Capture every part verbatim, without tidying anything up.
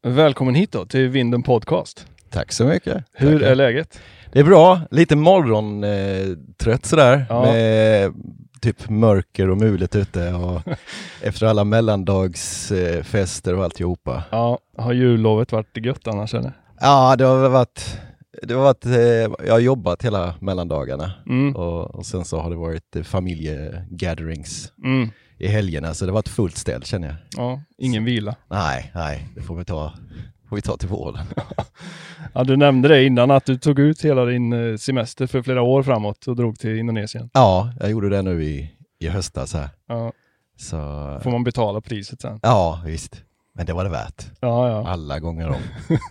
Välkommen hit då till Vinden Podcast. Tack så mycket. Hur Tackar. är läget? Det är bra. Lite morgontrött eh, sådär. Ja. Med typ mörker och mulet ute. Och efter alla mellandagsfester eh, och alltihopa. Ja, har jullovet varit gött annars eller? Ja, det har varit... Det har varit eh, jag har jobbat hela mellandagarna. Mm. Och, och sen så har det varit eh, familjegatherings Mm. i helgerna. Så det har varit fullt ställ känner jag. Ja, ingen så. vila. Nej, nej. Det får vi ta, får vi ta till våren. Ja, du nämnde det innan att du tog ut hela din semester för flera år framåt och drog till Indonesien. Ja, jag gjorde det nu i, i höstas här. Ja. Så... Får man betala priset sen? Ja, visst. Men det var det värt. Ja, ja. Alla gånger om.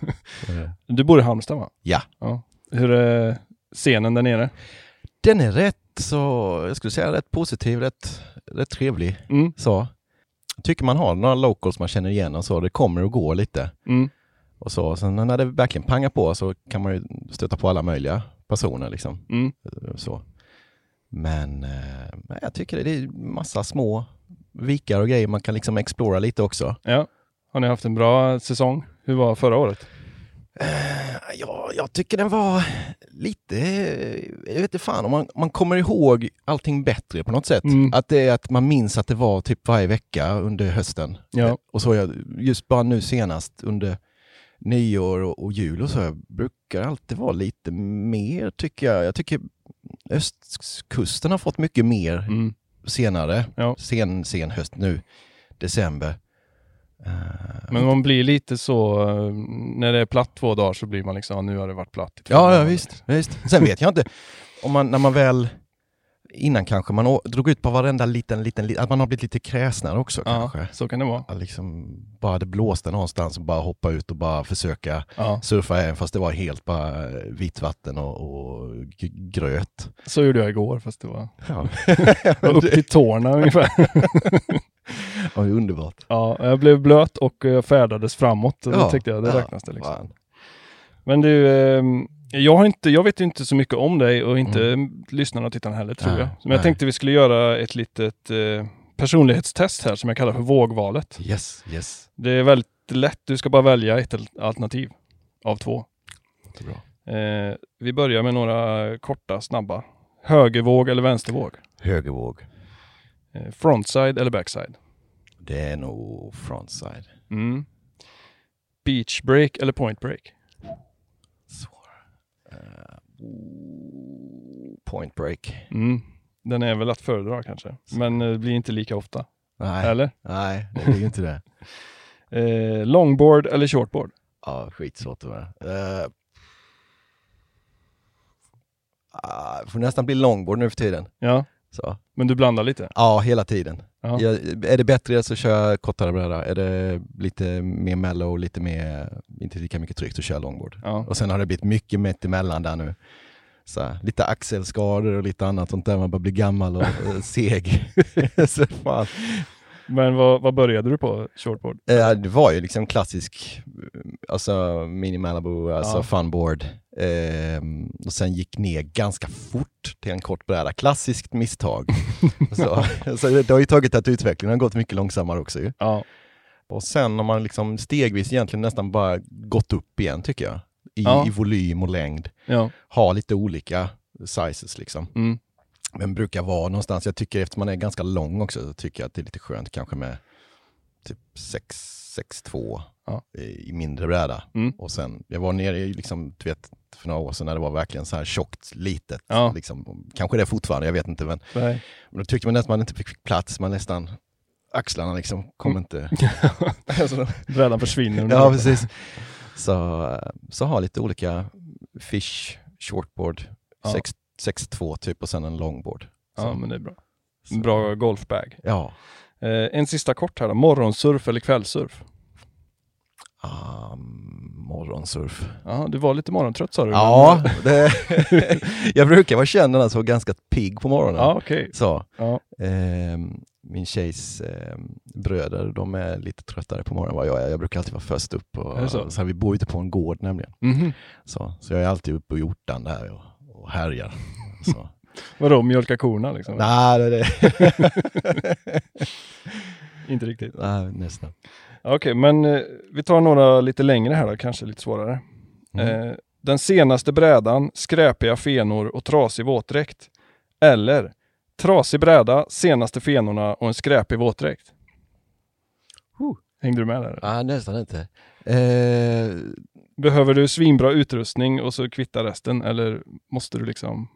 Du bor i Halmstad va? Ja. Ja. Hur är scenen där nere? Den är rätt så, jag skulle säga rätt positiv, rätt, rätt trevlig. Mm. Så. Tycker man har några locals man känner igen och så, det kommer och går lite. Mm. Och så, sen när det verkligen pangar på så kan man ju stöta på alla möjliga personer liksom. Mm. Så. Men eh, jag tycker det, det är massa små vikar och grejer man kan liksom explora lite också. Ja. Har ni haft en bra säsong? Hur var förra året? Uh, ja, jag tycker den var lite, jag vet inte fan, om man, man kommer ihåg allting bättre på något sätt. Mm. Att det är att man minns att det var typ varje vecka under hösten. Ja. Och så jag, just bara nu senast under nyår och, och jul och så, jag brukar alltid vara lite mer tycker jag. Jag tycker östkusten har fått mycket mer Mm. senare. Ja. Sen, sen höst nu, december. Uh, Men man blir lite så, när det är platt två dagar så blir man liksom, nu har det varit platt i två Ja, dagar. ja visst, visst. Sen vet jag inte, om man, när man väl, innan kanske man å, drog ut på varenda liten, liten, att man har blivit lite kräsnare också Ja, kanske. så kan det vara. Att liksom bara det blåste någonstans och bara hoppa ut och bara försöka Ja. surfa även fast det var helt bara vitt vatten och, och g- gröt. Så gjorde jag igår fast det var, Ja. var upp till tårna ungefär. Ja, det är underbart. Ja, jag blev blöt och jag färdades framåt och Ja, det tyckte jag, det ja, räknas det liksom. fan. Men du, eh, jag, har inte, jag vet ju inte så mycket om dig och inte mm. lyssnarna och tittarna heller tror Nej, jag. Men nej. jag tänkte vi skulle göra ett litet eh, personlighetstest här som jag kallar för vågvalet. Yes, yes. Det är väldigt lätt, du ska bara välja ett alternativ av två. Det är bra. Eh, vi börjar med några korta, snabba. Högervåg eller vänstervåg? Högervåg. Eh, frontside eller backside? Det är nog frontside. Mm. Beach break eller point break? Svår. Uh, point break. Mm. Den är väl att föredra kanske. Men det blir inte lika ofta. Nej, Eller? nej, det är ju inte det. Eh, longboard eller shortboard? Ja, skitsvårt det var. Uh, uh, får nästan bli longboard nu för tiden. Ja, Så. men du blandar lite? Ja, hela tiden. Ja. Jag, är det bättre så kör jag kortare bräda. Är det lite mer mellow, lite mer, inte lika mycket tryck så kör jag longboard. Ja. Och sen har det blivit mycket mitt emellan där nu. Så här, lite axelskador och lite annat sånt där. Man bara blir gammal och, och seg. Så fan. Men vad, vad började du på shortboard? Eh, det var ju liksom klassisk, alltså mini Malibu, alltså Ja. funboard. Eh, och sen gick ner ganska fort till en kort bräda. Klassiskt misstag. så, så det har ju tagit att utvecklingen har gått mycket långsammare också ju. Ja. Och sen har man liksom stegvis egentligen nästan bara gått upp igen tycker jag. I, Ja. i volym och längd. Ja. Ha lite olika sizes liksom. Mm. Men brukar vara någonstans, jag tycker efter man är ganska lång också, så tycker jag att det är lite skönt kanske med typ sex, sex två Ja. i, i mindre bräda. Mm. Och sen, jag var nere i liksom, du vet, för några år sedan när det var verkligen så här tjockt, litet. Ja. Liksom, kanske det är fortfarande, jag vet inte. Men, Nej. men då tyckte man nästan man inte fick plats, man nästan, axlarna liksom kom Mm. inte. alltså, brädan försvinner. under Ja, det. precis. Så, så ha lite olika fish, shortboard, Ja. sex, sex två typ och sen en longboard. Ja, Så, men det är bra. så. Bra golfbag. Ja. Eh, en sista kort här då. Morgonsurf eller kvällsurf? Um, morgonsurf. Ja, du var lite morgontrött sa du. Ja, men- det, jag brukar vara känd alltså ganska pigg på morgonen. Ja, okej. Så, Ja. ehm, min tjejs ehm, bröder, de är lite tröttare på morgonen än vad jag är. Jag brukar alltid vara först upp. Och, Är det så? så här, vi bor ute på en gård nämligen. Mhm. Så, så jag är alltid uppe på hjortan där och, och härjar. Så. Vadå, mjölka korna liksom? Nej, det är det. Inte riktigt. Nej, nästan. Okej, okay, men eh, vi tar några lite längre här då, kanske lite svårare. Mm. Eh, den senaste brädan, skräpiga fenor och trasig våtdräkt. Eller trasig bräda, senaste fenorna och en skräpig våtdräkt. Uh. Hängde du med där? Ja, nästan inte. Eh... Behöver du svinbra utrustning och så kvitta resten? Eller måste du liksom...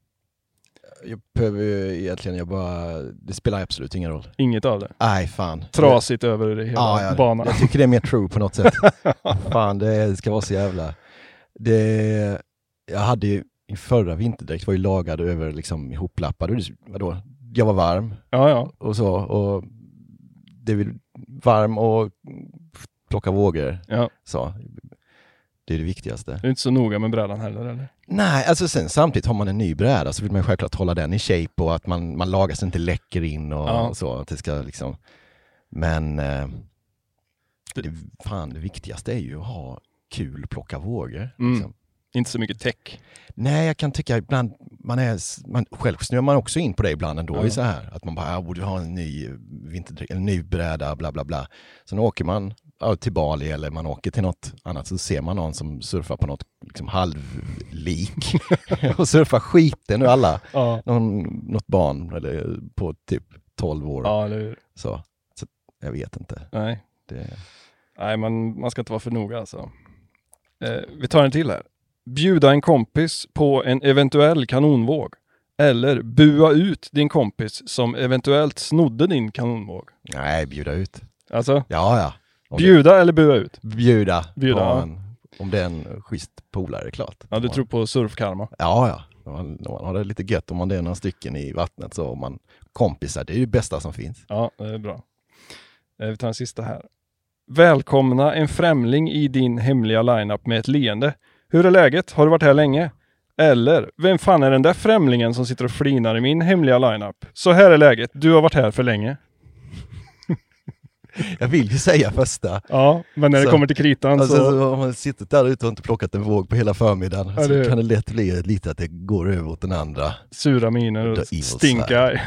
Jag behöver ju egentligen, jag bara... Det spelar absolut ingen roll. Inget av det? Nej, fan. Trasigt det... över hela ja, ja, banan. Jag tycker det är mer true på något sätt. Fan, det ska vara så jävla... Det... Jag hade ju... Min förra vinterdräkt var ju lagad över liksom ihoplappad. Vadå? Jag var varm. Ja, ja. Och så. Och det är varm och plocka vågor. Ja. Så. Det är det viktigaste. Det är inte så noga med brädan heller, eller? Nej, alltså sen samtidigt har man en ny bräda så vill man ju självklart hålla den i shape och att man, man lagar så inte läcker in och, ja. och så. Att det ska liksom... Men eh, det, fan, det viktigaste är ju att ha kul och plocka vågor. Mm. Liksom. Inte så mycket tech. Nej, jag kan tycka ibland, man är, man, själv snöar man också in på det ibland ändå. Ja. Så här, att man bara, jag borde ha en ny vinterdräkt, en ny bräda, bla bla bla. Sen åker man ja, till Bali eller man åker till något annat så ser man någon som surfar på något liksom, halvlik och surfar skiten ur alla. Ja. Någon, något barn eller på typ tolv år. Ja, eller... så, så jag vet inte. Nej, det... Nej man, man ska inte vara för noga alltså. Eh, vi tar en till här. Bjuda en kompis på en eventuell kanonvåg. Eller bua ut din kompis som eventuellt snodde din kanonvåg. Nej, bjuda ut. Alltså? Ja, ja. Om bjuda det... eller bua ut? Bjuda. Bjuda ja. en, om det är en schysst polare, klart. Ja, du tror på surfkarma? Ja, ja. Man, man har det lite gött om man det är några stycken i vattnet. Så om man kompisar, det är ju det bästa som finns. Ja, det är bra. Eh, vi tar en sista här. Välkomna en främling i din hemliga lineup med ett leende. Hur är läget? Har du varit här länge? Eller, vem fan är den där främlingen som sitter och flinar i min hemliga lineup? Så här är läget. Du har varit här för länge. Jag vill ju säga första. Ja, men när det så, kommer till kritan alltså, så... så har man sittit där ute och inte plockat en våg på hela förmiddagen. Ja, det... Så kan det lätt bli lite att det går över åt den andra. Sura miner och stinka.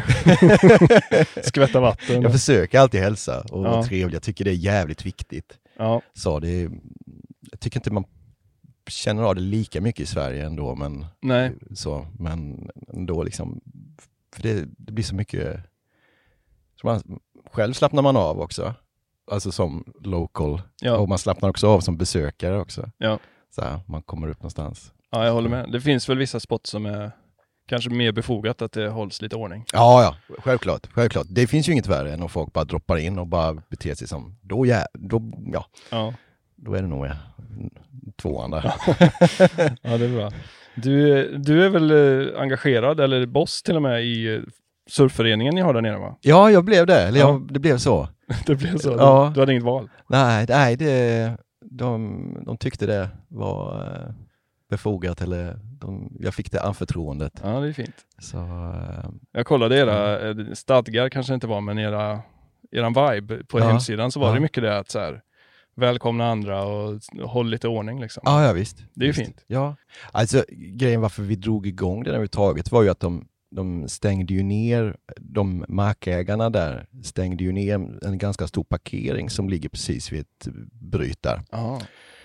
Skvätta vatten. Jag försöker alltid hälsa och ja. vara trevlig. Jag tycker det är jävligt viktigt. Ja. Så det är, jag tycker inte man känner av det lika mycket i Sverige ändå. Men, Nej. Så, men ändå liksom... För det, det blir så mycket... Så man, själv slappnar man av också. Alltså som local. Ja. Och man slappnar också av som besökare också. Ja. Så här, man kommer upp någonstans. Ja, jag håller med. Det finns väl vissa spots som är kanske mer befogat att det hålls lite ordning. Ja, ja. Självklart. Självklart. Det finns ju inget värre än att folk bara droppar in och bara beter sig som... Då, ja, då, ja. Ja. Då är det nog tvåan där. Ja, det är bra. Du, du är väl eh, engagerad eller boss till och med i eh, surfföreningen ni har där nere, va? Ja, jag blev det. Eller ja. jag, det blev så. Det blev så? Ja. Du, du hade inget val? Nej, nej det, de, de tyckte det var eh, befogat. Eller de, jag fick det anförtroendet. Ja, det är fint. Så, eh, jag kollade era mm. stadgar, kanske inte var, men era, eran vibe på ja. hemsidan så var ja. det mycket det att så här, välkomna andra och håll lite ordning liksom. Ja, ja visst. Det är ju visst. fint. Ja, alltså grejen varför vi drog igång det överhuvudtaget var ju att de, de stängde ju ner, de markägarna där stängde ju ner en ganska stor parkering som ligger precis vid ett bryt där. Aha.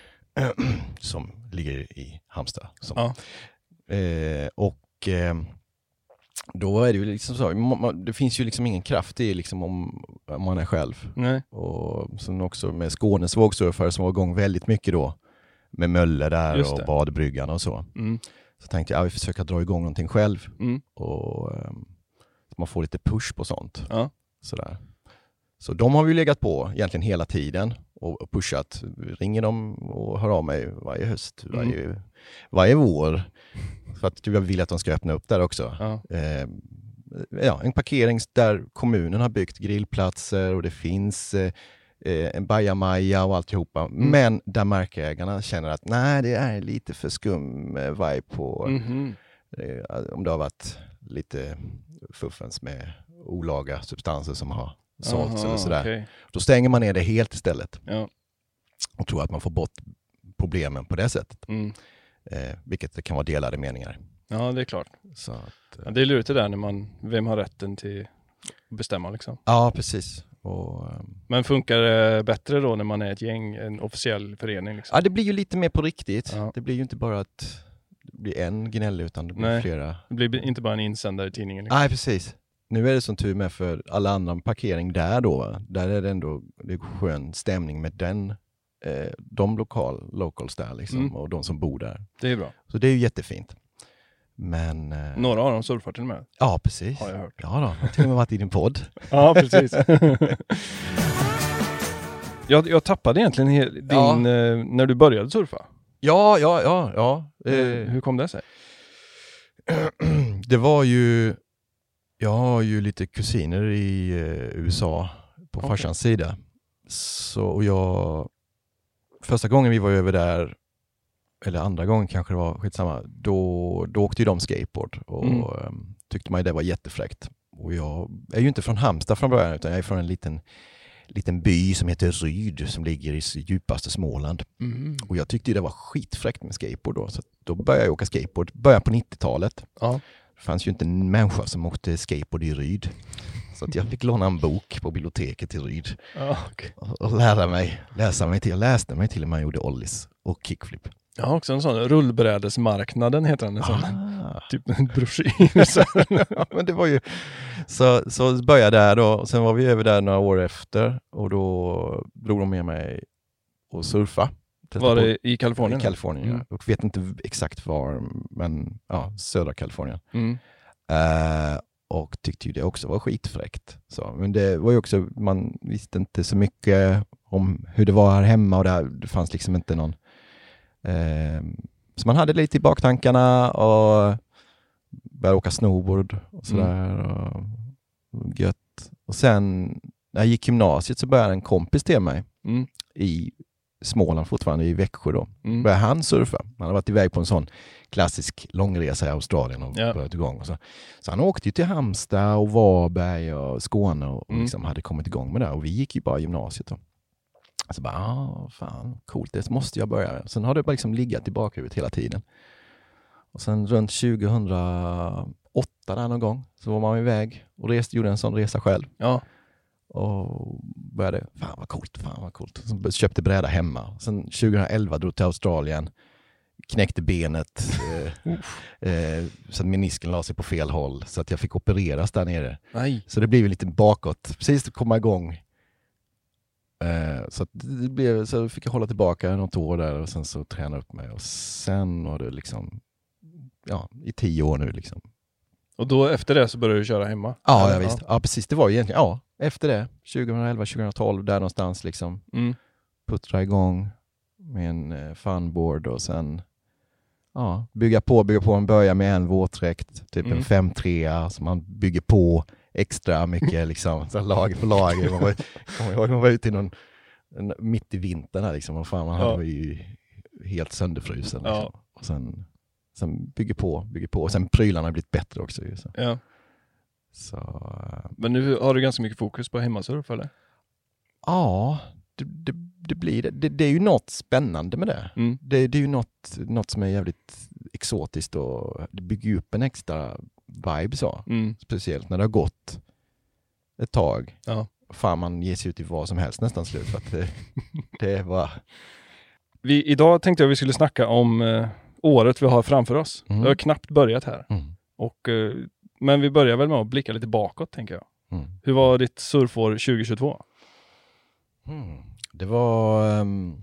Som ligger i Halmstad. Som. Ja. Eh, och eh, då är det ju liksom så, man, det finns ju liksom ingen kraft i liksom om, om man är själv. Nej. Och sen också med Skånes vågsurfare som var igång väldigt mycket då. Med Mölle där och badbryggan och så. Mm. Så tänkte jag, ja, vi försöker dra igång någonting själv. Mm. Och um, så man får lite push på sånt. Ja. Sådär. Så de har vi legat på egentligen hela tiden. Och, och pushat. Ringer dem och hör av mig varje höst. Varje, mm. varje vår. För att jag vill att de ska öppna upp där också. Ja. Eh, ja, en parkering där kommunen har byggt grillplatser. Och det finns... Eh, en bajamaja och alltihopa. Mm. Men där markägarna känner att nej, det är lite för skum vibe på Mm-hmm. eh, om det har varit lite fuffens med olaga substanser som har sålts Aha, eller sådär. Okay. Då stänger man ner det helt istället. Ja. Och tror att man får bort problemen på det sättet. Mm. Eh, vilket det kan vara delade meningar. Ja, det är klart. Så att, eh. ja, det är lurigt det där när man, vem har rätten till att bestämma liksom. Ja, precis. Och, um, Men funkar det bättre då när man är ett gäng, en officiell förening? Liksom? Ja, det blir ju lite mer på riktigt. Ja. Det blir ju inte bara att det blir en gnäll utan det blir Nej. flera. Det blir inte bara en insändare i tidningen. Liksom. Nej, precis. Nu är det som tur med för alla andra parkering där då. Va? Där är det ändå det är skön stämning med den, eh, de lokal, locals där liksom, Mm. och de som bor där. Det är bra. Så det är ju jättefint. Men... Eh, Några av dem surfar till och med. ja, precis. Har jag hört. Ja, då. Jag har till och med varit i din podd. Ja, precis. jag, jag tappade egentligen he- din, Ja. eh, när du började surfa. Ja, ja, ja, ja. Eh, Hur kom det sig? det var ju... Jag har ju lite kusiner i eh, U S A på Okej. farsans sida. Så och jag... Första gången vi var över där, eller andra gången kanske det var, skitsamma, då, då åkte ju de skateboard och Mm. um, tyckte man ju det var jättefräckt. Och jag är ju inte från Halmstad från början, utan jag är från en liten, liten by som heter Ryd som ligger i djupaste Småland. Mm. Och jag tyckte ju det var skitfräckt med skateboard då, så då började jag åka skateboard, början på nittiotalet. Ja. Det fanns ju inte en människa som åkte skateboard i Ryd. Så att jag fick låna en bok på biblioteket i Ryd Ja, okay. och, och lära mig, läsa mig till. Jag läste mig till när man gjorde ollies och kickflip. Jag har också en sån, rullbrädesmarknaden heter den. En sån, Ah. typ en broschyr. Så. Ja, men det var ju... Så, så började jag där då, och sen var vi över där några år efter och då drog de med mig och surfa. Testa Var på- det i Kalifornien? I Kalifornien, Mm. ja. Och vet inte exakt var, men ja, södra Kalifornien. Mm. Eh, och tyckte ju det också var skitfräckt. Så, men det var ju också, man visste inte så mycket om hur det var här hemma och där, det fanns liksom inte någon... Eh, så man hade lite i baktankarna och började åka snowboard och sådär. Mm. Och, och gött. Och sen när jag gick gymnasiet så började en kompis till mig Mm. i Småland fortfarande, i Växjö då. Mm. Började han surfa. Han har varit iväg på en sån klassisk långresa i Australien och Ja. börjat igång. Och så. så han åkte ju till Halmstad och Varberg och Skåne och, och Mm. liksom hade kommit igång med det. Och vi gick ju bara gymnasiet då. Så bara, ah, fan, coolt, det måste jag börja. Sen har det bara liksom liggat i bakhuvudet hela tiden. Och sen runt tjugohundraåtta där någon gång så var man iväg och reste, gjorde en sån resa själv. Ja. Och började, fan vad coolt, fan vad coolt. Så köpte bräda hemma. Sen tjugoelva drog till Australien, knäckte benet, eh, eh, så att menisken la sig på fel håll. Så att jag fick opereras där nere. Nej. Så det blev lite bakåt, precis att komma igång. Eh, så att det blev, så fick jag hålla tillbaka något år där och sen så träna upp mig. Och sen var det liksom, ja, i tio år nu liksom. Och då efter det så började du köra hemma? Ja, Eller? ja visst. Ja, precis. Det var ju egentligen, ja, efter det, tjugoelva tjugotolv, där någonstans liksom, Mm. puttra igång med en eh, funboard och sen ja, bygga på, bygga på en börja med en våtdräkt, typ Mm. en fem tre så man bygger på extra mycket liksom, så lager på lager. Man var, kommer jag ihåg, man var ute i någon, en, mitt i vintern här liksom, och fan man Ja. hade var ju helt sönderfrusen. Liksom. Ja. Och sen, sen bygger på, bygger på och sen prylarna har blivit bättre också. Ju, så. Ja. Så, eh, Men nu har du ganska mycket fokus på hemmasurf eller? ja, det, det, det blir det. det. Det är ju något spännande med det. Mm. Det, det är ju något, något som är jävligt exotiskt och det bygger ju upp en extra vibe så. Mm. Speciellt när det har gått ett tag. Ja. Fan, man ger sig ut i vad som helst nästan slut. För att det, det är bara... Vi, idag tänkte jag vi skulle snacka om eh, året vi har framför oss. Mm. Det har knappt börjat här. Mm. Och, eh, men vi börjar väl med att blicka lite bakåt tänker jag. Mm. Hur var ditt surfår tjugohundratjugotvå? Mm. Det var... Um,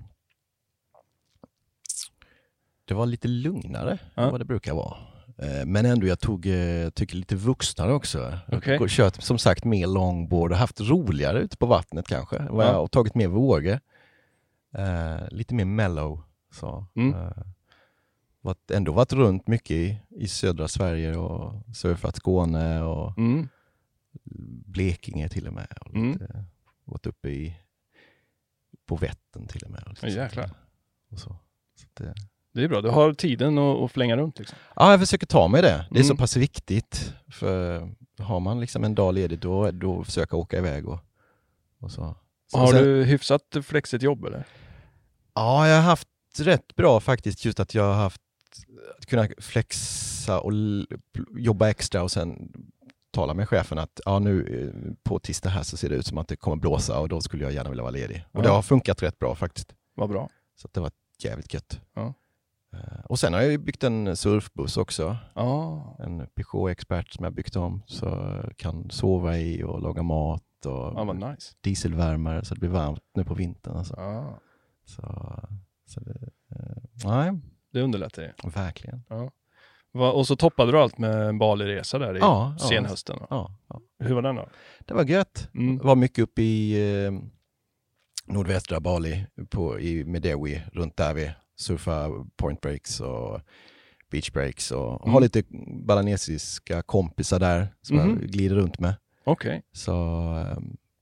det var lite lugnare Ja. än vad det brukar vara. Eh, Men ändå, jag tog, eh, tycker lite vuxnare också. Okej. Jag har kört som sagt mer longboard och haft roligare ute på vattnet kanske. Och Ja. jag har tagit mer vågor. Eh, lite mer mellow. Så. Mm. Eh, varit, ändå varit runt mycket i, i södra Sverige och surfat Skåne och Mm. Blekinge till och med. Och Mm. lite, varit uppe i på Vättern till och med. Och Ja, jäklar. och så. Så att det, Det är bra, du har tiden att, att flänga runt liksom. ja, jag försöker ta mig det. Det är Mm. så pass viktigt. För har man liksom en dag ledig då, då försöker jag åka iväg och, och så. så Har sen, du hyfsat flexigt jobb eller? Ja, jag har haft rätt bra faktiskt, just att jag har haft att kunna flexa och l- jobba extra och sen tala med chefen att ja, nu på tisdag här så ser det ut som att det kommer blåsa och då skulle jag gärna vilja vara ledig. Och Ja. det har funkat rätt bra faktiskt. Vad bra. Så att det var jävligt gött. Ja. Och sen har jag ju byggt en surfbuss också. Ja. En Peugeot-expert som jag byggt om så jag kan sova i och laga mat och Ja, vad nice. dieselvärmare så det blir varmt nu på vintern. Alltså. Ja. Så, så det, eh, nej, Det underlättar ju. verkligen. Ja. Va, och så toppade du allt med en Bali-resa där i Ja, ja. senhösten. va? Ja, ja. Hur var den då? Det var gött. Mm. Var mycket uppe i eh, nordvästra Bali på, i Medewi, runt där vi surfar point breaks och beach breaks och Mm. har lite balinesiska kompisar där som Mhm. jag glider runt med. Okej. Så eh,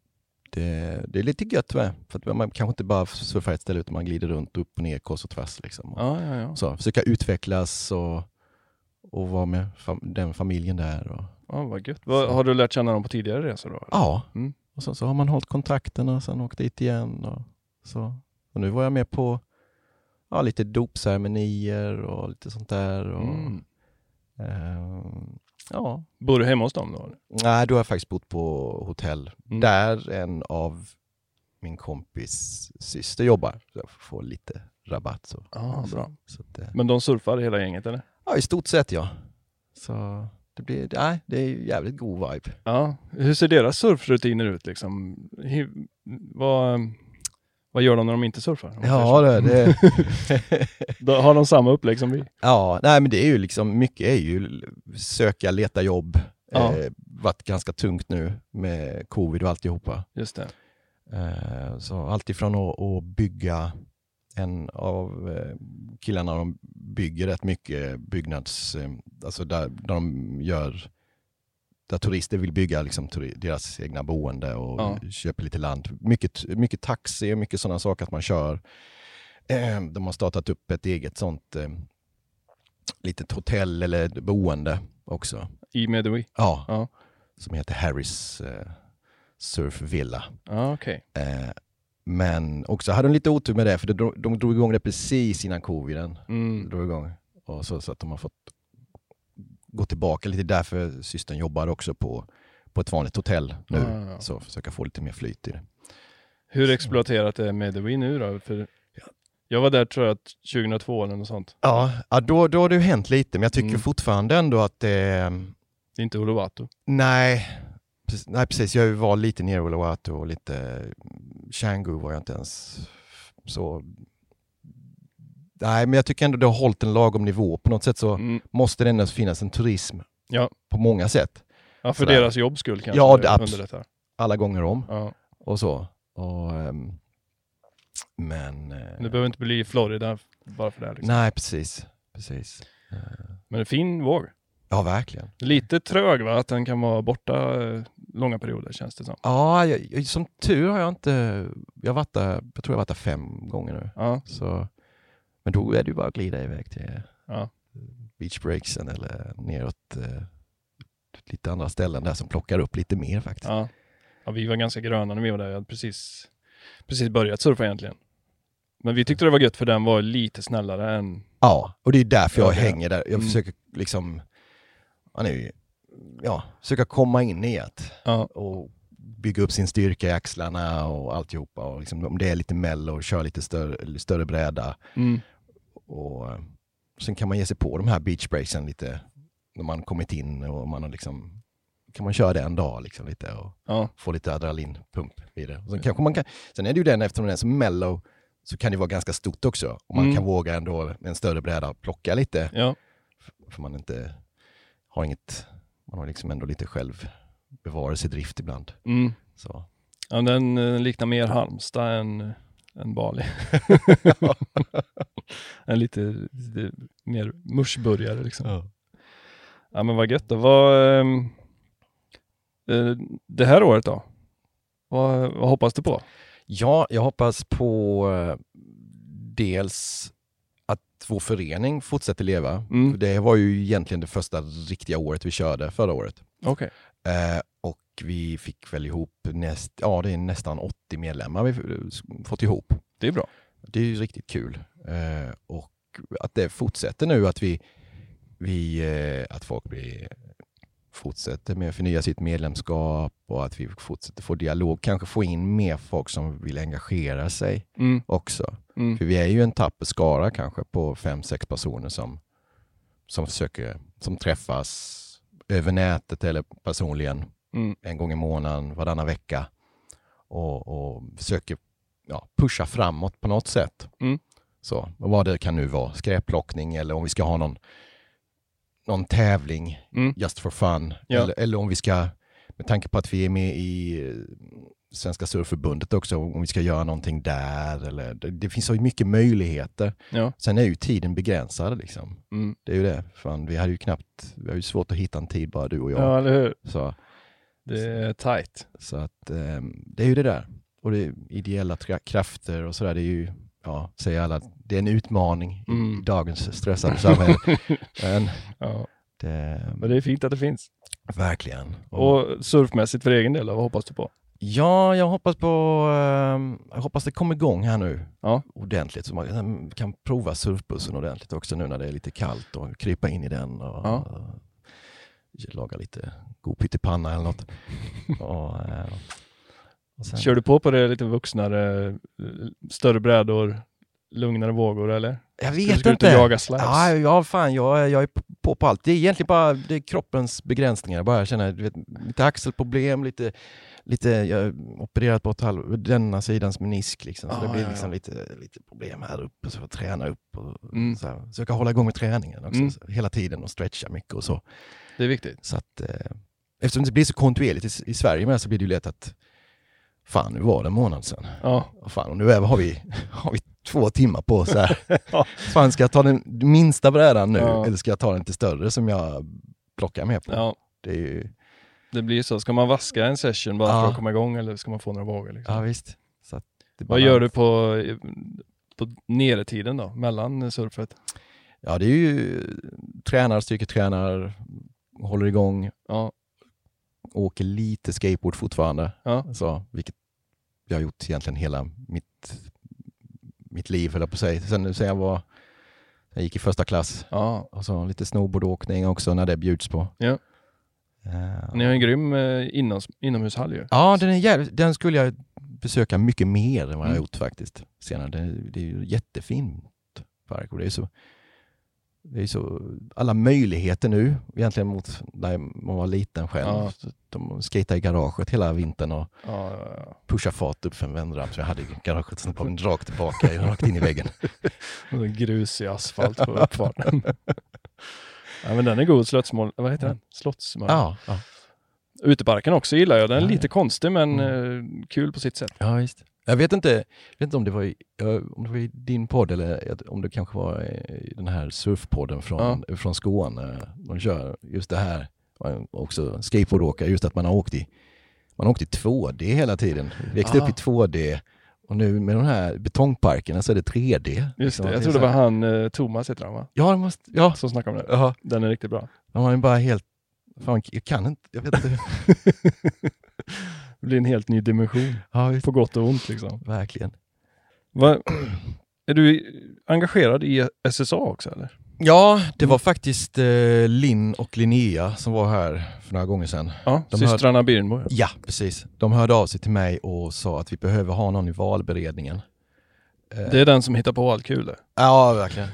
det, det är lite gött med, för att man kanske inte bara surfar ett ställe utan man glider runt upp och ner kors och tvärs liksom. Ja, ja, ja. Så försöka utvecklas och, och vara med fam- den familjen där. Och, Ja, vad gött. Va, har du lärt känna dem på tidigare resor då? eller? ja, Mm. och så, så har man hållit kontakten och sen åkt dit igen. Och, så. Och nu var jag med på ja, lite dopceremonier och lite sånt där. Och, Mm. eh, ja. Bor du hemma hos dem då? eller? Nej, då har jag faktiskt bott på hotell. Mm. Där en av min kompis syster jobbar. Så jag får lite rabatt. Så. Ja, så, bra. Så att, eh, Men de surfar hela gänget eller? ja, i stort sett ja. Så det blir, nej, det är jävligt god vibe. Ja. Hur ser deras surfrutiner ut liksom? Hi- vad, vad gör de när de inte surfar? Om man Ja, säger det, så. det Då har de samma upplägg som vi? ja, nej men det är ju liksom, mycket är ju söka, leta jobb. Ja. Eh, varit ganska tungt nu med covid och alltihopa. Just det. Eh, så allt ifrån att, att bygga, en av eh, killarna de bygger rätt mycket byggnads, eh, alltså där, där de gör, där turister vill bygga liksom turi, deras egna boende och Ja. köper lite land. Mycket, mycket taxi och mycket sådana saker att man kör. Eh, de har startat upp ett eget sånt eh, litet hotell eller boende också. I Medewi? Ja, Ja. som heter Harris eh, Surf Villa. Ja, okej. Eh, men också hade de lite otur med det, för de, de drog igång det precis innan coviden. Mm. Drog igång. Och så, så att de har fått gå tillbaka lite, därför systern jobbar också på, på ett vanligt hotell nu. Ja, ja. Så försöka få lite mer flyt i det. Hur exploaterat är Medewi nu då? För jag var där tror jag tjugohundratvå eller något sånt. Ja, ja då, då har det ju hänt lite, men jag tycker Mm. fortfarande ändå att det eh, Det är inte Uluwatu. nej, precis, nej, precis. Jag var lite nere i Uluwatu och lite Canggu var jag inte ens så. Nej, men jag tycker ändå det har hållit en lagom nivå. På något sätt så Mm. måste det ändå finnas en turism Ja. på många sätt. Ja, för Sådär. deras jobbs skull kanske Ja, det det abs- underlättar. Alla gånger om Ja. och så. Och, ehm, men... eh, Det behöver inte bli Florida bara för det här, liksom. nej, precis. precis. Eh, Men en fin våg. ja, verkligen. Lite trög va? Att den kan vara borta eh, långa perioder känns det som. Ja, jag, jag- som tur har jag inte... Jag har varit där, jag tror jag har varit där fem gånger nu. Ja. Så, men då är det ju bara att glida iväg till Ja. beach breaksen eller neråt eh, lite andra ställen där som plockar upp lite mer faktiskt. Ja. Ja, vi var ganska gröna när vi var där. Jag hade precis, precis börjat surfa egentligen. Men vi tyckte det var gött för den var lite snällare än... Ja, och det är därför jag Ja, det- hänger där. Jag Mm. försöker liksom, ja, nu, ja, försöka komma in i det Ja. och bygga upp sin styrka i axlarna och alltihopa. Och liksom, om det är lite mello och köra lite större, större bräda. Mm. Och eh, sen kan man ge sig på de här beach breaksen lite när man kommit in och man har liksom, kan man köra det en dag liksom lite och Ja. få lite adrenalinpump i det. Och sen, kanske man kan, sen är det ju den, eftersom den är så mellow så kan det vara ganska stort också. Och man Mm. kan våga ändå med en större bräda plocka lite. Ja. För man inte har inget, man har liksom ändå lite självbevarelsedrift ibland. Mm. Så. Ja, den eh, liknar mer Halmstad än, än Bali. En lite, lite mer mushburgare liksom. Ja. Ja men vad gött då. Vad, ehm, eh, det här året då? Vad, vad hoppas du på? Ja, jag hoppas på eh, dels att vår förening fortsätter leva. Mm. För det var ju egentligen det första riktiga året vi körde förra året. Okej. Eh, och vi fick väl ihop näst, ja, det är nästan åttio medlemmar vi f- fått ihop. Det är bra. Det är ju riktigt kul. Eh, och att det fortsätter nu, att vi, vi eh, att folk blir fortsätter med att förnya sitt medlemskap och att vi fortsätter få dialog. Kanske få in mer folk som vill engagera sig Mm. också. Mm. För vi är ju en tapper skara kanske på fem, sex personer som, som försöker, som träffas över nätet eller personligen Mm. en gång i månaden, varannan vecka och, och försöker ja, pusha framåt på något sätt. Mm. Så, och vad det kan nu vara, skräpplockning eller om vi ska ha någon, någon tävling Mm. just for fun. Ja. Eller, eller om vi ska, med tanke på att vi är med i Svenska Surfförbundet också, om vi ska göra någonting där. Eller, det, det finns så mycket möjligheter. Ja. Sen är ju tiden begränsad liksom. Mm. Det är ju det. Fan, vi hade ju knappt, vi har ju svårt att hitta en tid bara du och jag. Ja, eller hur? Så, Det är tight. så att eh, det är ju det där. Och det är ideella tra- krafter och sådär, det är ju, ja, säger alla, det är en utmaning Mm. i dagens stressade samhälle. Men Ja. det, Men det är fint att det finns. verkligen. Och surfmässigt för egen del, vad hoppas du på? Ja, jag hoppas på, eh, jag hoppas det kommer igång här nu Ja. ordentligt så man kan prova surfbussen ordentligt också nu när det är lite kallt och krypa in i den och, Ja. och laga lite god pyttipanna eller något. och, eh, och sen, Kör du på på det lite vuxnare, större brädor, lugnare vågor eller? jag Ska du vet gå ut inte. och jaga slabs? Ja, ja, fan, jag, är- jag är på, på allt. Det är egentligen bara det är kroppens begränsningar. Bara jag känner du vet, lite axelproblem, lite, lite jag har opererat bort halv, denna sidans menisk. Liksom. Så Ah, det blir ja, liksom ja. lite, lite problem här uppe. Så jag får träna upp och Mm. så här, försöka hålla igång med träningen också. Mm. Så, hela tiden och stretcha mycket och så. Det är viktigt. Så att, eh, eftersom det blir så kontinuerligt i, i Sverige med så blir det ju lätt att fan, nu var det en månad sedan. Ja. Och fan, och nu är, har, vi, har vi två timmar på så här. Ja. Fan, ska jag ta den minsta brädan nu Ja. eller ska jag ta den till större som jag plockar med på? Ja, Det är ju, det blir så. Ska man vaska en session bara Ja. för att komma igång eller ska man få några vågor? Liksom? ja visst. Så att det är Vad bara- gör du på, på neretiden då? Mellan surfet? Ja, det är ju tränar, styrketränar, håller igång, Ja. åker lite skateboard fortfarande. Ja. Så, vilket jag har gjort egentligen hela mitt, mitt liv, höll jag på att säga. Sen, sen jag var jag gick i första klass. Ja. Och så lite snowboardåkning också när det bjuds på. Ja. Uh, Ni har en grym eh, inom, inomhushall ju. Ja, den, är jävligt, den skulle jag besöka mycket mer än vad jag Mm. har gjort faktiskt. Senare. Det, det är ju jättefint park och det är så det är så alla möjligheter nu egentligen mot när man var liten själv. Ja. Så de skejtade i garaget hela vintern och Ja, ja, ja. pusha fart upp för en vändramp så jag hade i garaget sen på en rakt tillbaka, rakt in i väggen. Och grus i asfalt på uppfarten. Ja, men den är god. Slottsmål. Vad heter den? Slottsmål. Ja, ja. Uteparken också gillar jag. Den är Ja, lite ja. konstig men Mm. eh, kul på sitt sätt. Ja, visst. Jag vet inte, jag vet inte om, det var i, ja, om det var i din podd eller om det kanske var i den här surfpodden från, från Skåne. De kör just det här, också skateboardåkare, just att man har åkt i, man har åkt i två D hela tiden. Växte Ah. upp i två D och nu med de här betongparkerna så är det tre D. Just liksom. det. Jag är tror så det var här- han, eh, Thomas heter han va? Ja, det måste, ja. Som snackade om det. Ja, Den är riktigt bra. de har ju bara helt, fan, jag kan inte, jag vet inte. Det blir en helt ny dimension. Ja, visst. På gott och ont liksom. Verkligen. Va, är du engagerad i S S A också eller? Ja, det var faktiskt eh, Linn och Linnea som var här för några gånger sedan. Ja, De systrarna Birnbo. Ja, precis. De hörde av sig till mig och sa att vi behöver ha någon i valberedningen. Eh, Det är den som hittar på allt kul. Ja, verkligen.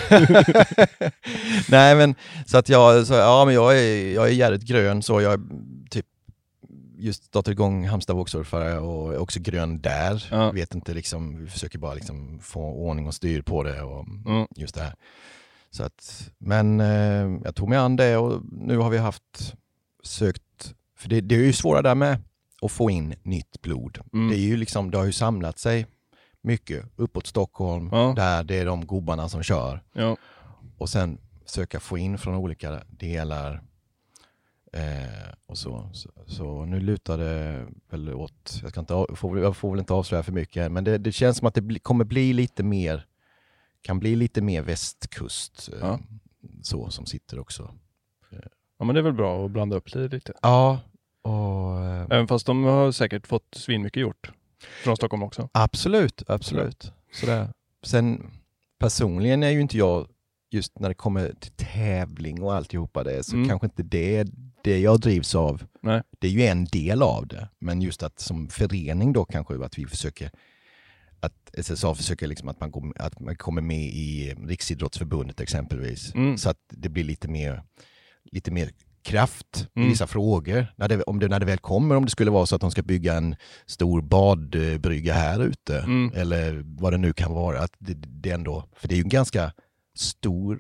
Nej, men så att jag så, ja, men jag är jag är jävligt grön så jag typ just startat igång Halmstad vågsurfare och är också grön där. Ja. Vet inte liksom, vi försöker bara liksom få ordning och styr på det och Mm. just det här. Så att, men eh, jag tog mig an det och nu har vi haft sökt, för det, det är ju svåra där med att få in nytt blod. Mm. Det är ju liksom, det har ju samlat sig mycket uppåt Stockholm, Ja. där det är de gubbarna som kör. Ja. Och sen söka få in från olika delar. Eh, och så, så, så nu lutar det väl åt, jag, ska inte, av- får, jag får väl inte avslöja för mycket, men det, det känns som att det bli, kommer bli lite mer, kan bli lite mer västkust. Eh, Ja. Så som sitter också. Ja men det är väl bra att blanda upp det lite. Ja, och, eh, Även fast de har säkert fått svin mycket gjort. Från Stockholm också. absolut, absolut. Sådär. Sen personligen är ju inte jag, just när det kommer till tävling och alltihopa det, så Mm. kanske inte det är det jag drivs av. Nej. Det är ju en del av det, men just att som förening då kanske att vi försöker att S S A försöker liksom att man, går, att man kommer med i Riksidrottsförbundet exempelvis. Mm. Så att det blir lite mer, lite mer kraft Mm. i vissa frågor. När det, om det, när det väl kommer, om det skulle vara så att de ska bygga en stor badbrygga här ute. Mm. Eller vad det nu kan vara. Att det, det ändå, för det är ju en ganska stor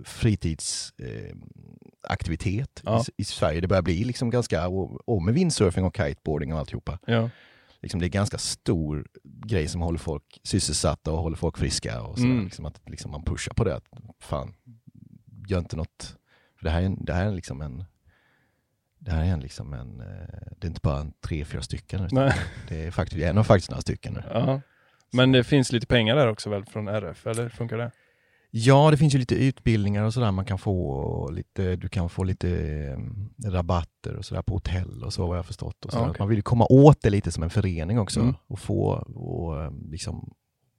fritidsaktivitet eh, Ja. i, i Sverige. Det börjar bli liksom ganska, och, och med windsurfing och kiteboarding och alltihopa. Ja. Liksom det är ganska stor grej som håller folk sysselsatta och håller folk friska och sådär. Mm. Liksom att liksom man pushar på det. Att, fan, gör inte något. För det här är, det här är liksom en det här är en liksom en det är inte bara en tre, fyra stycken. Utan Nej. det är faktiskt, det är nog faktiskt några stycken nu. Ja. Men det finns lite pengar där också väl från R F, eller funkar det? Ja, det finns ju lite utbildningar och sådär man kan få. Och lite, du kan få lite eh, rabatter och sådär på hotell och så, vad jag har förstått. Och Ja, okay. Man vill ju komma åt det lite som en förening också. Mm. Och få och, eh, liksom,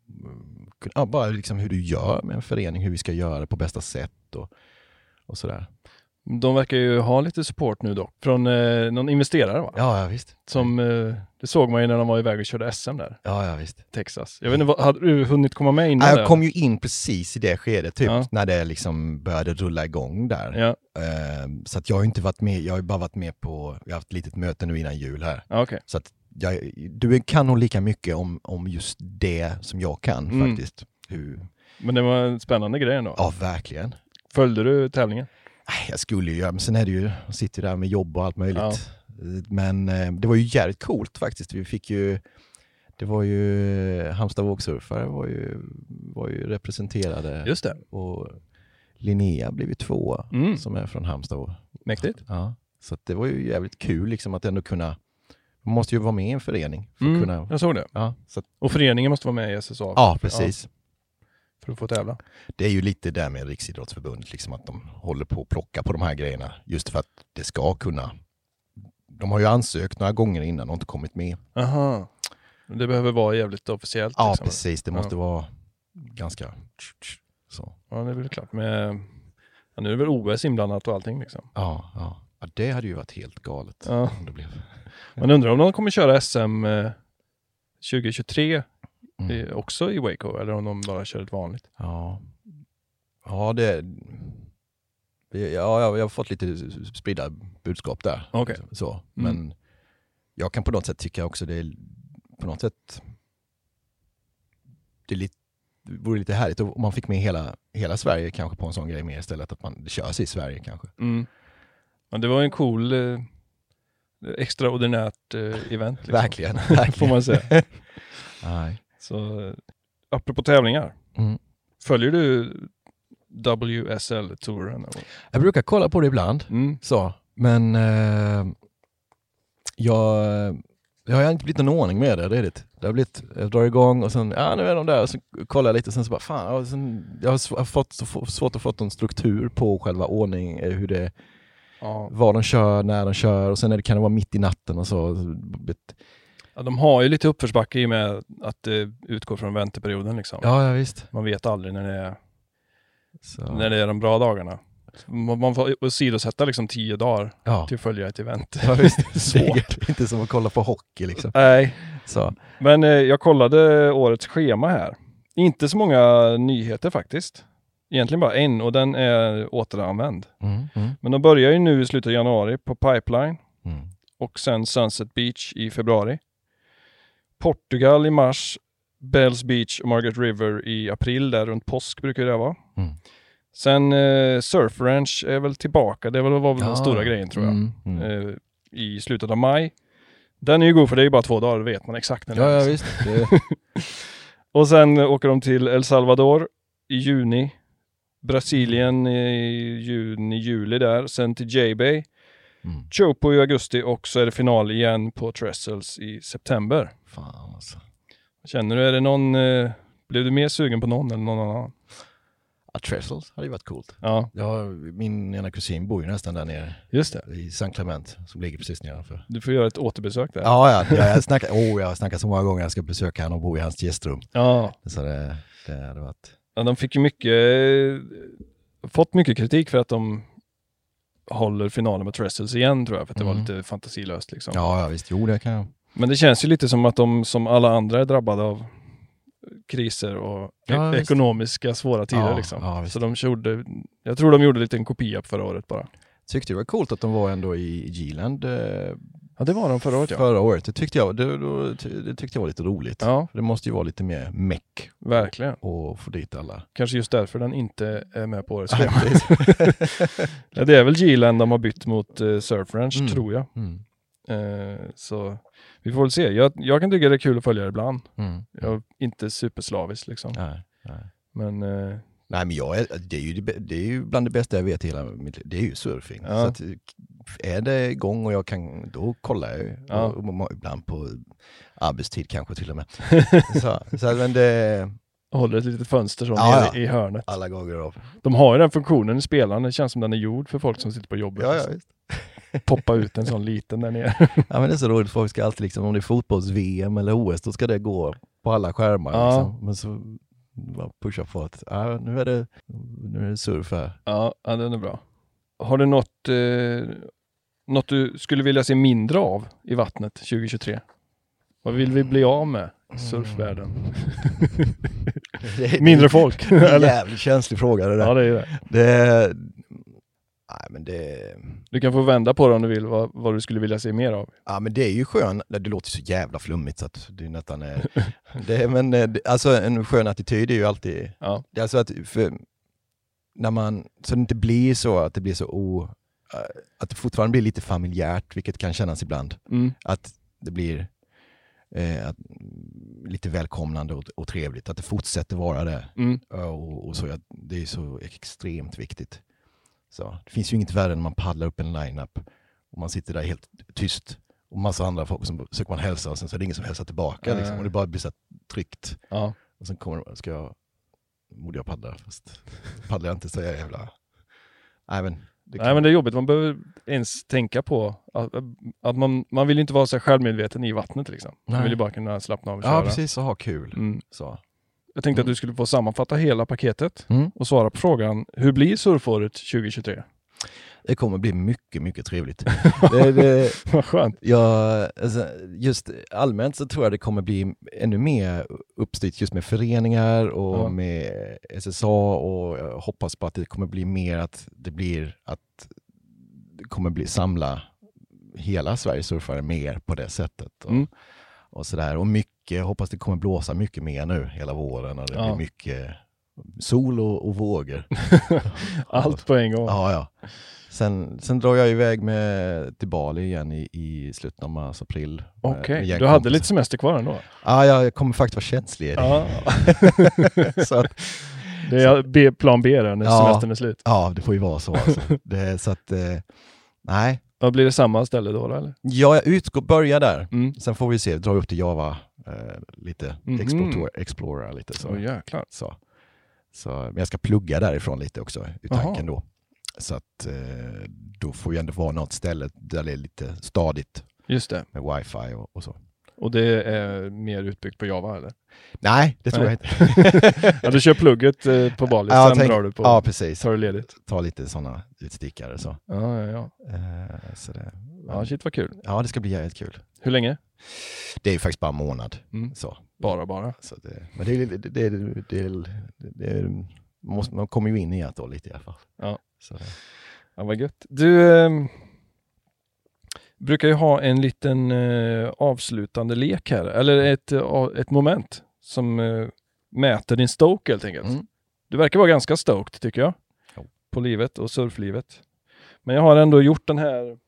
ja, bara liksom hur du gör med en förening, hur vi ska göra det på bästa sätt och, och sådär. De verkar ju ha lite support nu dock. Från eh, någon investerare va? Ja, ja visst. Som, eh, det såg man ju när de var iväg och körde S M där. Ja, ja visst. Texas. Jag vet inte, vad, hade du hunnit komma med innan? Jag det? kom ju in precis i det skedet, typ, Ja. när det liksom började rulla igång där. Ja, Eh, så att jag har inte varit med, jag har ju bara varit med på, jag har haft ett litet möte nu innan jul här. ja okej. Så att jag, du kan nog lika mycket om, om just det som jag kan Mm. faktiskt. Hur, Men det var en spännande grej ändå. ja, verkligen. Följde du tävlingen? Nej, jag skulle ju göra, men sen är det ju, jag sitter där med jobb och allt möjligt. Ja. Men eh, det var ju jävligt coolt faktiskt. Vi fick ju, det var ju Halmstad vågsurfare var ju, var ju representerade. Just det. Och Linnea blev ju två Mm. som är från Halmstad. Mäktigt. Ja, så att det var ju jävligt kul liksom att ändå kunna, man måste ju vara med i en förening för att Mm, kunna, jag såg det. ja, så att, Och föreningen måste vara med i S S A. ja, precis. För att få tävla. Det är ju lite där med Riksidrottsförbundet, liksom att de håller på att plocka på de här grejerna just för att det ska kunna. De har ju ansökt några gånger innan och inte kommit med. Aha. Det behöver vara jävligt officiellt. Ja, liksom. precis. Det måste Ja. vara ganska så. Ja, det är väl klart. Men, ja, nu är det väl O S inblandat och allting liksom. Ja, ja. Ja, det hade ju varit helt galet. Ja. Om det blev. Man undrar om de kommer köra S M eh, tjugo tjugotre Mm. eh, också i Waco eller om de bara kör ett vanligt. Ja, ja det. Ja, jag, jag har fått lite spridda budskap där. Okej. Så, men Mm. jag kan på något sätt tycka också det är på något sätt. Det är lite, det vore lite härligt om man fick med hela, hela Sverige kanske på en sån grej mer istället, att man det körs i Sverige kanske. Mm. Ja, det var en cool eh, extraordinärt eh, event. Liksom. Verkligen, verkligen. Får man säga. Nej. Så, eh, apropå tävlingar. Mm. Följer du W S L-touren? Jag brukar kolla på det ibland, Mm. så, men eh, jag, jag har inte blivit någon ordning med det redigt. Det har blivit, jag drar igång och sen, ja nu är de där, och så kollar jag lite och sen så bara, fan, och sen, jag har sv- fått, så svårt att få någon struktur på själva ordning, eh, hur det, Ja. vad de kör, när de kör, och sen är det, kan det vara mitt i natten och så. Ja, de har ju lite uppförsbacke i och med att det utgår från vänteperioden. Liksom. Ja, ja visst. Man vet aldrig när det är, Så. när det är de bra dagarna. Man, man får åsidosätta liksom tio dagar Ja. till att följa ett event. Ja, visst. Svårt. Det är inte som att kolla på hockey liksom. Nej, Så. men eh, jag kollade årets schema här. Inte så många nyheter faktiskt. Egentligen bara en och den är återanvänd. Mm, mm, Men de börjar ju nu i slutet av januari på Pipeline mm. och sen Sunset Beach i februari. Portugal i mars, Bells Beach och Margaret River i april, där runt påsk brukar det vara. Mm. Sen eh, Surf Ranch är väl tillbaka, det var väl, var väl Ja. den stora grejen tror jag. Mm, mm. Eh, I slutet av maj. Den är ju god för det är ju bara två dagar, då vet man exakt när det Ja, är. ja visst. Det, Och sen åker de till El Salvador i juni. Brasilien i juni, juli där. Sen till J-Bay. mm. Chopo i augusti och så är det final igen på Trestles i september. Fan alltså. Känner du, är det någon, eh, blev du mer sugen på någon eller någon annan? Ja, Trestles hade ju varit coolt. Ja, Ja, min ena kusin bor ju nästan där nere just det. i San Clement som ligger precis nedanför. Du får göra ett återbesök där. Ja, ja, ja jag snackar, oh, jag har snackat så många gånger jag ska besöka honom och bo i hans gästrum. Ja. Så det, det hade varit... Ja, de fick ju mycket, fått mycket kritik för att de håller finalen med Trestles igen, tror jag, för att Mm. det var lite fantasilöst liksom. Ja, ja, visst. Jo, det kan jag. Men det känns ju lite som att de som alla andra är drabbade av kriser och Ja, e- visst. ekonomiska svåra tider Ja, liksom. ja, visst. Så de gjorde, jag tror de gjorde lite en kopia förra året bara. Tyckte det var coolt att de var ändå i G-land eh, Ja, det var de förra året, ja. förra året. Det tyckte jag, det, då, det tyckte jag var lite roligt. Ja, För det måste ju vara lite mer meck verkligen. och få dit alla. Kanske just därför den inte är med på årets Ja, schema. Ja, det är väl G-land de har bytt mot uh, Surf Ranch, Mm. tror jag. Mm. Eh, så vi får väl se. Jag, jag kan tycka det är kul att följa det ibland. Mm. Jag är inte superslavisk liksom. Nej, nej. Men eh, Nej, men jag är, det, är ju, det, det är ju bland det bästa jag vet i hela mitt liv. Det är ju surfing. Ja. Så att, är det igång och jag kan, då kollar jag ju. Ja. Och, och, ibland på arbetstid kanske till och med. så, så att, men det, håller ett litet fönster så Ja, nere ja. i hörnet. alla gånger av. De har ju den funktionen i spelaren. Det känns som den är gjord för folk som sitter på jobbet. Ja, ja, liksom. visst. Poppa ut en sån liten där nere. Ja, men det är så roligt. Folk ska alltid, liksom, om det är fotbolls-V M eller O S, då ska det gå på alla skärmar. Ja. Liksom. Men så bara pusha på att ja, nu, är det, nu är det surf här. Ja, ja, den är bra. Har du något, eh, något du skulle vilja se mindre av i vattnet tjugohundratjugotre? Vad vill vi bli av med i surfvärlden? Det är- Mindre folk? Det är en Eller? jävligt känslig fråga det där. Ja, det är det. Det, nej, men det, Du kan få vända på det om du vill, vad, vad du skulle vilja se mer av. ja, men det är ju skön, det låter så jävla flummigt så att det är nästan är, det, är- men eh, det, alltså en skön attityd är ju alltid, Ja, det är alltså att för, när man, så det inte blir så att det blir så o, eh, att det fortfarande blir lite familjärt, vilket kan kännas ibland, mm. att det blir eh, att, lite välkomnande och, och trevligt, att det fortsätter vara det. Mm. Och, och så, ja, det är så extremt viktigt. Så, det finns ju inget värre än man paddlar upp en line-up och man sitter där helt tyst och massa andra folk som söker man hälsa och sen så är det ingen som hälsar tillbaka. Äh. Liksom, och det bara blir så här tryckt. Ja. Och sen kommer ska jag, borde jag paddla, fast paddlar jag inte så är jag jävla... Nej, men det, Nej, men det är jobbigt. Man behöver ens tänka på att, att man, man vill inte vara så självmedveten i vattnet liksom. Man Nej. vill ju bara kunna slappna av och köra. Ja, precis, och ha kul. Mm. Så. Jag tänkte Mm. att du skulle få sammanfatta hela paketet Mm. och svara på frågan, hur blir surfåret tjugohundratjugotre? Det kommer bli mycket, mycket trevligt. det, det, Vad skönt. Ja, alltså, just allmänt så tror jag det kommer bli ännu mer uppstyrt just med föreningar och Ja. med S S A, och jag hoppas på att det kommer bli mer att det blir att det kommer bli samla hela Sveriges surfare mer på det sättet. Och, Mm. och sådär. Och mycket, jag hoppas det kommer blåsa mycket mer nu hela våren och det Ja. blir mycket sol och, och vågor. Allt på en gång. Ja, ja. Sen, sen drar jag iväg med till Bali igen i, i slutet av mars, april. Okej, Med- med du gängkompisar. hade lite semester kvar ändå? Ja, jag kommer faktiskt vara känslig. Ja. så att, Det är B, plan B där när Ja. semestern är slut. ja, det får ju vara så. Alltså. Det, så att, eh, nej. Vad blir det samma ställe då, eller? Ja, jag utgår, börjar där. Mm. Sen får vi se, dra upp till Java eh, lite, Mhm. explora, explora lite. Så. Åh jäklar. Så. Så, men jag ska plugga därifrån lite också, i tanken Jaha. då. Så att eh, då får ju ändå vara något ställe där det är lite stadigt Just det. med wifi och, och så. Och det är mer utbyggt på Java, eller? Nej, det tror Nej. jag inte. Ja, du kör plugget eh, på Bali, Ja, sen tänk- drar du på... Ja, precis. Tar du ledigt? Ta lite sådana utstickare så. Ja, ja, ja. Eh, så det, Ja, shit vad kul. ja, det ska bli jävligt kul. Hur länge? Det är ju faktiskt bara en månad. Mm. Så. Bara, bara. Så det, men det, är- det, det, det, det, det, man, måste, man kommer ju in i det då lite i alla fall. Ja. Så, Ja, vad gött. Du eh, brukar ju ha en liten eh, avslutande lek här, eller ett, eh, ett moment som eh, mäter din stoke helt enkelt. Mm. Du verkar vara ganska stoked tycker jag, Jo. på livet och surflivet. Men jag har ändå gjort den här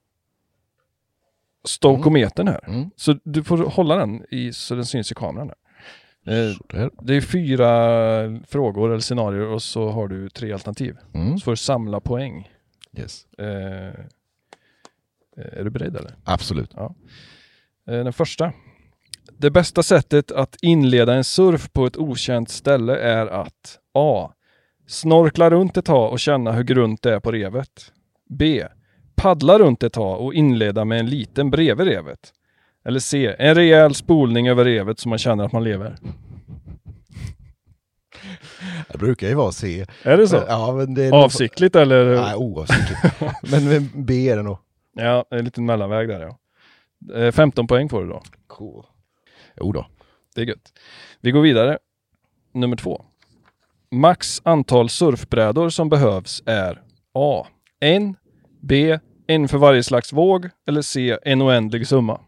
stokometern här. Mm. Så du får hålla den i, så den syns i kameran här. Eh, Så där. det är fyra frågor eller scenarier och så har du tre alternativ. Mm. Så får du samla poäng. Yes. Eh, är du beredd eller? Absolut. Eh, den första. Det bästa sättet att inleda en surf på ett okänt ställe är att A. Snorkla runt ett tag och känna hur grunt det är på revet. B. Paddla runt ett tag och inleda med en liten bredvid revet. Eller C. En rejäl spolning över revet så man känner att man lever. Det brukar ju vara C. Är det så? Ja, men det är Avsiktligt nog... eller? Nej, oavsiktligt. men, men B är det nog. Ja, en liten mellanväg där ja. Eh, femton poäng får du då. Cool. Jo då. Det är gött. Vi går vidare. Nummer två. Max antal surfbrädor som behövs är A. En. B. En för varje slags våg. Eller C. En oändlig summa.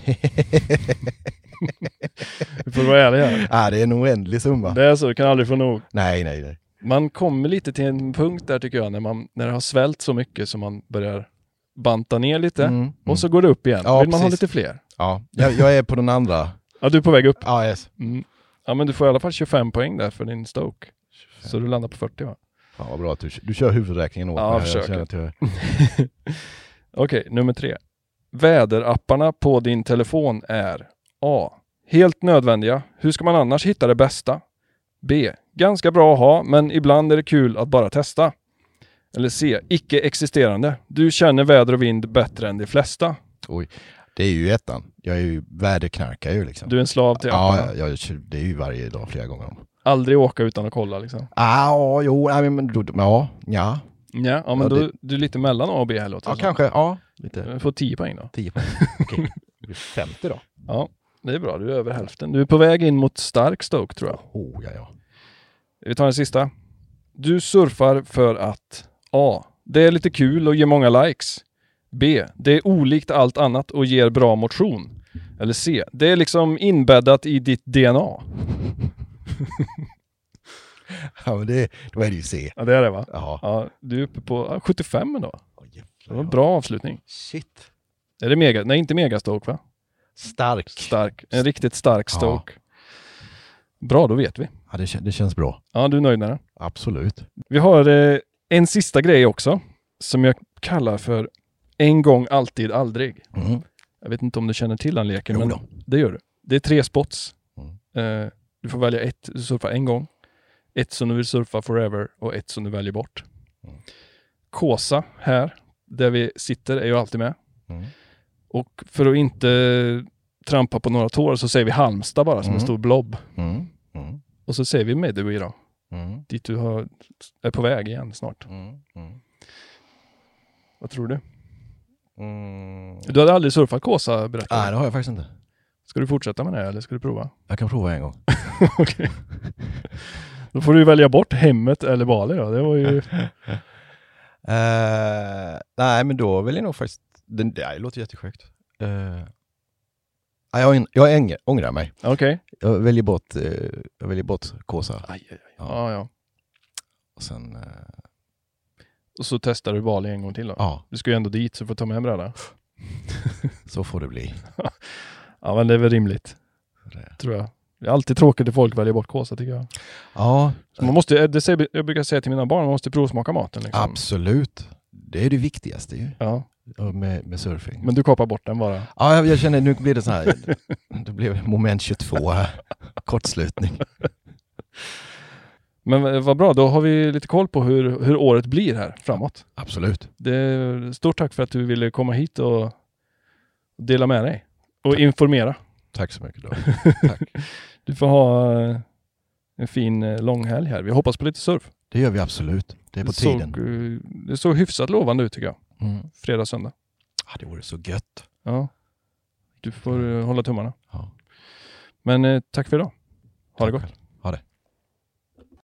Du får vara ärlig här. Ja, det är en oändlig summa. Det är så, du kan aldrig få nog. Nej, nej, nej. Man kommer lite till en punkt där tycker jag när, man, när det har svällt så mycket som man börjar banta ner lite. Mm, mm. Och så går det upp igen. Ja, vill man precis. ha lite fler? Ja, jag, jag är på den andra. Ja, du är på väg upp. Ja, yes. Mm. Ja, men du får i alla fall tjugofem poäng där för din Stoke. tjugofem. Så du landar på fyrtio, va? Fan vad bra att du, du kör huvudräkningen åt ja, mig. Jag försöker. Jag... Okej, nummer tre. Väderapparna på din telefon är A. Helt nödvändiga. Hur ska man annars hitta det bästa? B. Ganska bra att ha, men ibland är det kul att bara testa. Eller C. Icke-existerande. Du känner väder och vind bättre än de flesta. Oj, det är ju ettan. Jag är ju väderknarkare ju liksom. Du är en slav till apparna. Ja, jag, jag, det är ju varje dag flera gånger om. Aldrig åka utan att kolla liksom. Ah, jo, nej, men då, ja, ja. Ja, ja men ja, då, det... du är lite mellan A och B här låter Ja, så. kanske, ja. Lite. Du får tio poäng då. tio poäng, okej. Det blir femtio då. Ja, det är bra. Du är över hälften. Du är på väg in mot stark Stoke tror jag. Oh, ja, ja. Vi tar den sista. Du surfar för att A. Det är lite kul och ger många likes. B. Det är olikt allt annat och ger bra motion. Eller C. Det är liksom inbäddat i ditt D N A. Ja, men det, då är det ju C. Ja, det är det va? Ja. Ja, du är uppe på sjuttiofem då. Oh, det var en bra avslutning. Shit. Är det mega? Nej, inte mega Stoke va? Stark. Stark. En riktigt stark Stoke. Ja. Bra, då vet vi. Ja, det, det känns bra. Ja, du är nöjd med det? Absolut. Vi har eh, en sista grej också. Som jag kallar för en gång, alltid, aldrig. Mm. Jag vet inte om du känner till den leken, Jo men då. det gör du. Det är tre spots. Mm. Eh, du får välja ett, du surfar en gång. Ett som du vill surfa forever och ett som du väljer bort. Mm. Kåsa här, där vi sitter, är ju alltid med. Mm. Och för att inte trampa på några tår så säger vi Halmstad bara som mm. en stor blob. Mm. Mm. Och så säger vi Medway då. Mm. Dit du har, är på väg igen snart. Mm. Mm. Vad tror du? Mm. Du hade aldrig surfat Kåsa, berättade du? Nej, det har jag faktiskt inte. Ska du fortsätta med det eller ska du prova? Jag kan prova en gång. Okej. Då får du välja bort hemmet eller Bali då. Det var ju... uh, nej, men då vill jag nog faktiskt... Det, det låter jättesjukt. Uh, jag, jag ångrar mig. Okej. Okay. Jag väljer bort, uh, jag väljer bort Kåsa. Aj, aj, aj. Ja. Ja, ja. Och sen... Uh... Och så testar du Bali en gång till då. Ja. Du ska ju ändå dit så du får ta med en bräda. Så får det bli. Ja, men det är väl rimligt. Det. Tror jag. Det är alltid tråkigt att folk väljer bort Kåsa tycker jag. Ja. Så man måste, det säger, jag brukar säga till mina barn, man måste provsmaka maten. Liksom. Absolut. Det är det viktigaste ju. Ja. Med, med surfing. Men du kapar bort den bara. Ja, jag, jag känner nu blir det så här. Det blev moment tjugotvå här. Kortslutning. Men vad bra, då har vi lite koll på hur, hur året blir här framåt. Absolut. Det, stort tack för att du ville komma hit och dela med dig. Och tack. Informera. Tack så mycket då. Tack. Du får ha en fin långhelg här. Vi hoppas på lite surf. Det gör vi absolut. Det är på det tiden. Såg, det såg hyfsat lovande ut tycker jag. Mm. Fredag, söndag. Ja, det vore så gött. Ja. Du får mm. hålla tummarna. Ja. Men eh, tack för idag. Ha tack. Det gott.